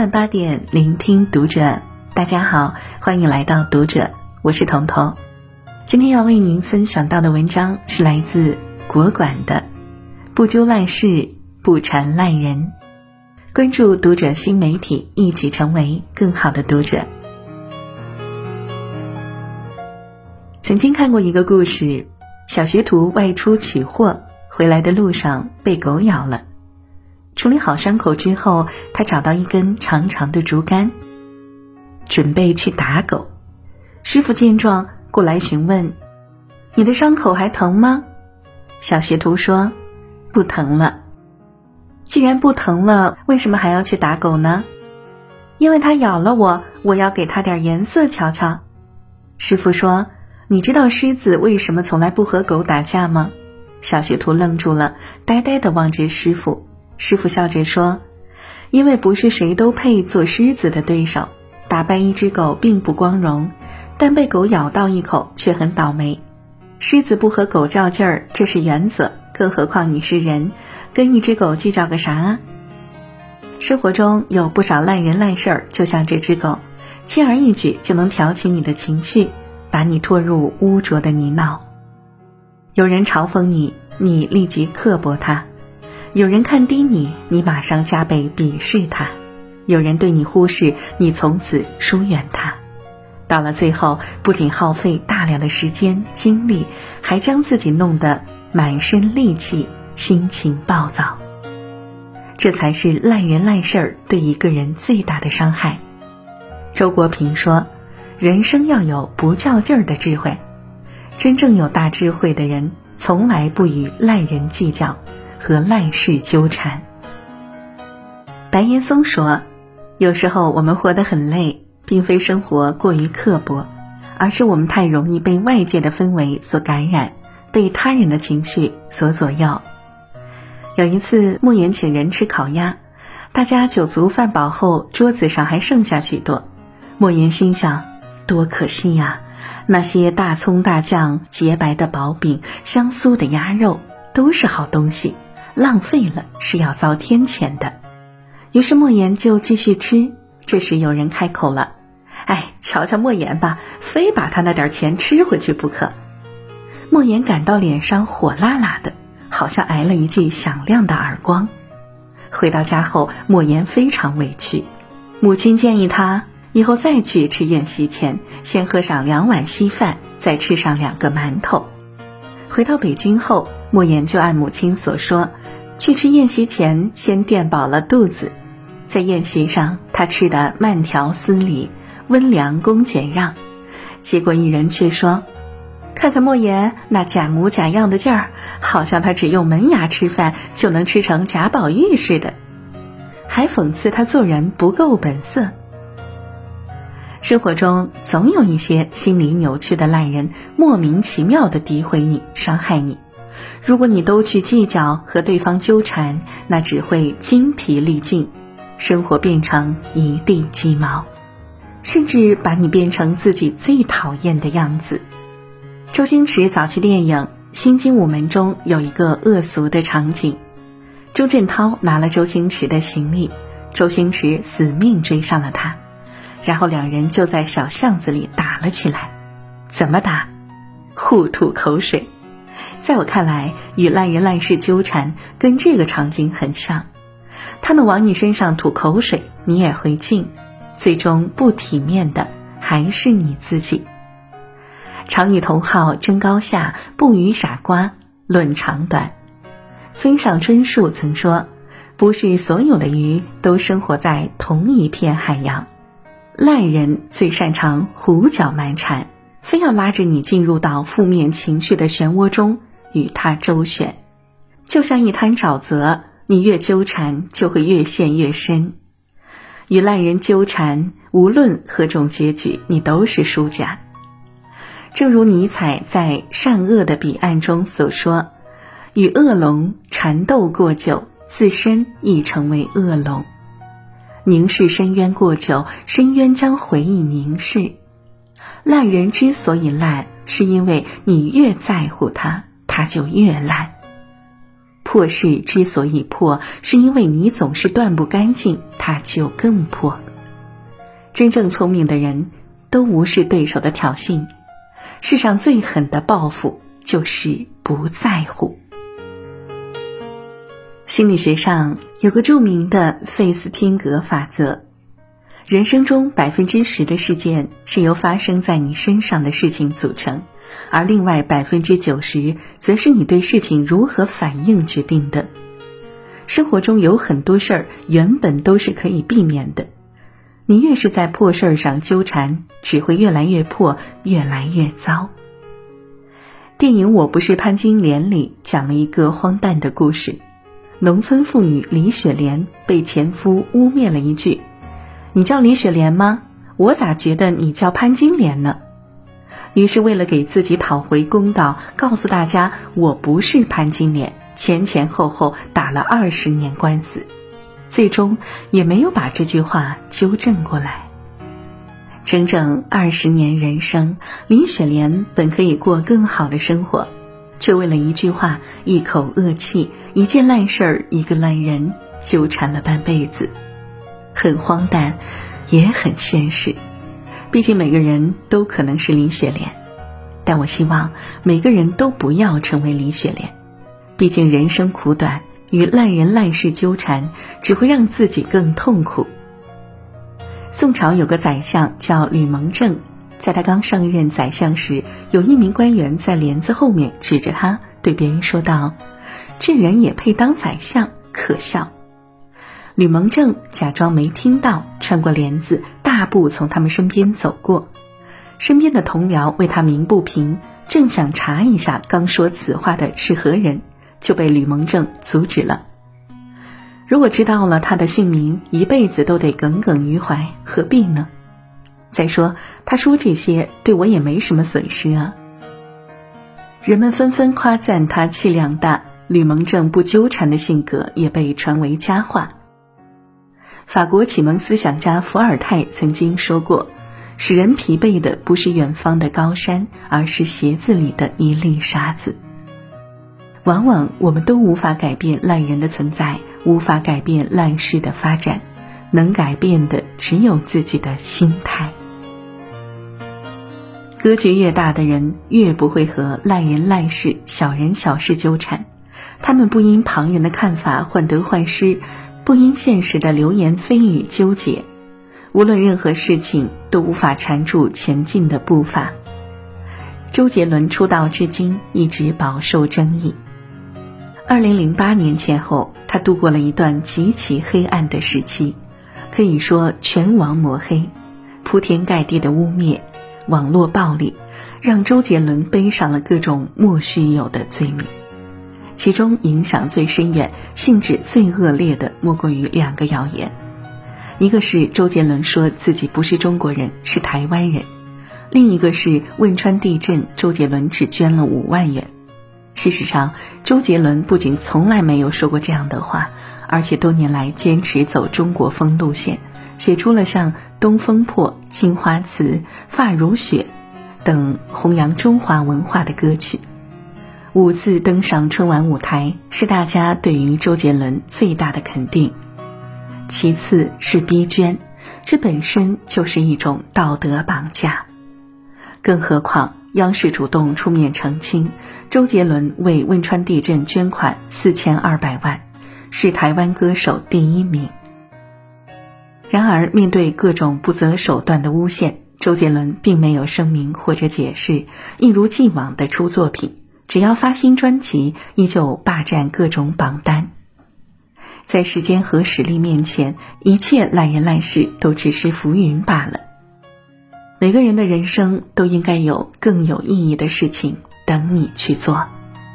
晚8点，聆听读者。大家好，欢迎来到读者，我是彤彤。今天要为您分享到的文章是来自国馆的不揪烂事，不缠烂人。关注读者新媒体，一起成为更好的读者。曾经看过一个故事，小学徒外出取货，回来的路上被狗咬了。处理好伤口之后，他找到一根长长的竹竿，准备去打狗。师傅见状过来询问：你的伤口还疼吗？小学徒说：不疼了。既然不疼了，为什么还要去打狗呢？因为它咬了我，我要给它点颜色瞧瞧。师傅说：你知道狮子为什么从来不和狗打架吗？小学徒愣住了，呆呆地望着师傅。师傅笑着说：因为不是谁都配做狮子的对手，打败一只狗并不光荣，但被狗咬到一口却很倒霉。狮子不和狗较劲儿，这是原则，更何况你是人，跟一只狗计较个啥啊？生活中有不少烂人烂事儿，就像这只狗，轻而易举就能挑起你的情绪，把你拖入污浊的泥淖。有人嘲讽你，你立即刻薄他；有人看低你，你马上加倍鄙视他；有人对你忽视，你从此疏远他。到了最后，不仅耗费大量的时间精力，还将自己弄得满身戾气，心情暴躁。这才是烂人烂事儿对一个人最大的伤害。周国平说，人生要有不较劲儿的智慧。真正有大智慧的人，从来不与烂人计较，和烂事纠缠。白岩松说，有时候我们活得很累，并非生活过于刻薄，而是我们太容易被外界的氛围所感染，被他人的情绪所左右。有一次莫言请人吃烤鸭，大家酒足饭饱后，桌子上还剩下许多。莫言心想，多可惜呀，那些大葱大酱、洁白的薄饼、香酥的鸭肉都是好东西，浪费了是要遭天谴的。于是莫言就继续吃。这时有人开口了：哎，瞧瞧莫言吧，非把他那点钱吃回去不可。莫言感到脸上火辣辣的，好像挨了一记响亮的耳光。回到家后，莫言非常委屈，母亲建议他以后再去吃宴席前，先喝上2碗稀饭，再吃上2个馒头。回到北京后，莫言就按母亲所说，去吃宴席前先垫饱了肚子。在宴席上，他吃得慢条斯理，温良恭俭让。结果一人却说，看看莫言那假模假样的劲儿，好像他只用门牙吃饭就能吃成贾宝玉似的，还讽刺他做人不够本色。生活中总有一些心理扭曲的烂人，莫名其妙地诋毁你，伤害你。如果你都去计较和对方纠缠，那只会精疲力尽，生活变成一地鸡毛，甚至把你变成自己最讨厌的样子。周星驰早期电影《新精武门》中有一个恶俗的场景，钟镇涛拿了周星驰的行李，周星驰死命追上了他，然后两人就在小巷子里打了起来。怎么打？互吐口水。在我看来，与烂人烂事纠缠跟这个场景很像，他们往你身上吐口水，你也会敬，最终不体面的还是你自己。常与同好争高下，不与傻瓜论长短。村上春树曾说，不是所有的鱼都生活在同一片海洋。烂人最擅长胡搅蛮缠，非要拉着你进入到负面情绪的漩涡中，与他周旋。就像一滩沼泽，你越纠缠就会越陷越深。与烂人纠缠，无论何种结局，你都是输家。正如尼采在《善恶的彼岸》中所说，与恶龙缠斗过久，自身亦成为恶龙。凝视深渊过久，深渊将回以凝视。烂人之所以烂，是因为你越在乎他，他就越烂。破事之所以破，是因为你总是断不干净， 他就更破。真正聪明的人都无视对手的挑衅，世上最狠的报复就是不在乎。心理学上有个著名的费斯汀格法则，人生中 10% 的事件是由发生在你身上的事情组成，而另外 90% 则是你对事情如何反应决定的。生活中有很多事儿原本都是可以避免的，你越是在破事儿上纠缠，只会越来越破，越来越糟。电影《我不是潘金莲》里讲了一个荒诞的故事，农村妇女李雪莲被前夫污蔑了一句：你叫李雪莲吗？我咋觉得你叫潘金莲呢？于是为了给自己讨回公道，告诉大家我不是潘金莲，前后打了20年官司，最终也没有把这句话纠正过来。整整20年人生，李雪莲本可以过更好的生活，却为了一句话、一口恶气、一件烂事儿、一个烂人纠缠了半辈子。很荒诞，也很现实。毕竟每个人都可能是李雪莲，但我希望每个人都不要成为李雪莲。毕竟人生苦短，与烂人烂事纠缠，只会让自己更痛苦。宋朝有个宰相叫吕蒙正，在他刚上任宰相时，有一名官员在帘子后面指着他对别人说道：这人也配当宰相，可笑。吕蒙正假装没听到，穿过帘子，大步从他们身边走过。身边的同僚为他鸣不平，正想查一下刚说此话的是何人，就被吕蒙正阻止了。如果知道了他的姓名，一辈子都得耿耿于怀，何必呢？再说他说这些对我也没什么损失啊。人们纷纷夸赞他气量大，吕蒙正不纠缠的性格也被传为佳话。法国启蒙思想家伏尔泰曾经说过，使人疲惫的不是远方的高山，而是鞋子里的一粒沙子。往往我们都无法改变烂人的存在，无法改变烂事的发展，能改变的只有自己的心态。格局越大的人，越不会和烂人烂事、小人小事纠缠，他们不因旁人的看法患得患失，不因现实的流言蜚语纠结，无论任何事情都无法缠住前进的步伐。周杰伦出道至今一直饱受争议。2008年前后，他度过了一段极其黑暗的时期，可以说全网抹黑，铺天盖地的污蔑，网络暴力，让周杰伦背上了各种莫须有的罪名。其中影响最深远、性质最恶劣的莫过于2个谣言。一个是周杰伦说自己不是中国人，是台湾人；另一个是汶川地震，周杰伦只捐了5万元。事实上，周杰伦不仅从来没有说过这样的话，而且多年来坚持走中国风路线，写出了像《东风破》《青花瓷》《发如雪》等弘扬中华文化的歌曲。5次登上春晚舞台，是大家对于周杰伦最大的肯定。其次是逼捐，这本身就是一种道德绑架。更何况央视主动出面澄清，周杰伦为汶川地震捐款4200万，是台湾歌手第1名。然而面对各种不择手段的诬陷，周杰伦并没有声明或者解释，一如既往地出作品，只要发新专辑，依旧霸占各种榜单。在时间和实力面前，一切烂人烂事都只是浮云罢了。每个人的人生都应该有更有意义的事情等你去做。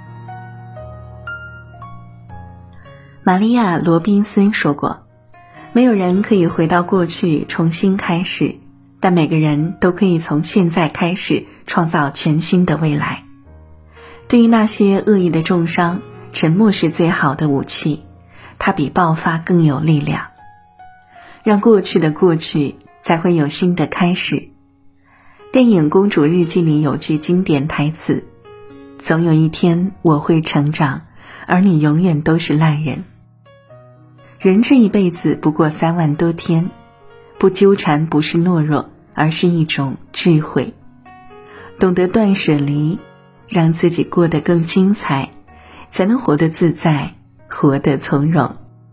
玛利亚·罗宾森说过，没有人可以回到过去重新开始，但每个人都可以从现在开始创造全新的未来。对于那些恶意的重伤，沉默是最好的武器，它比爆发更有力量。让过去的过去，才会有新的开始。电影《公主日记》里有句经典台词：总有一天我会成长，而你永远都是烂人。 人这一辈子不过3万多天，不纠缠不是懦弱，而是一种智慧。懂得断舍离，让自己过得更精彩，才能活得自在，活得从容。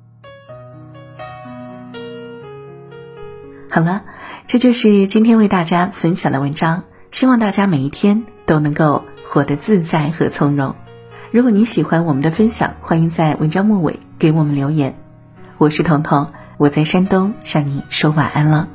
好了，这就是今天为大家分享的文章，希望大家每一天都能够活得自在和从容。如果你喜欢我们的分享，欢迎在文章末尾给我们留言。我是彤彤，我在山东向你说晚安了。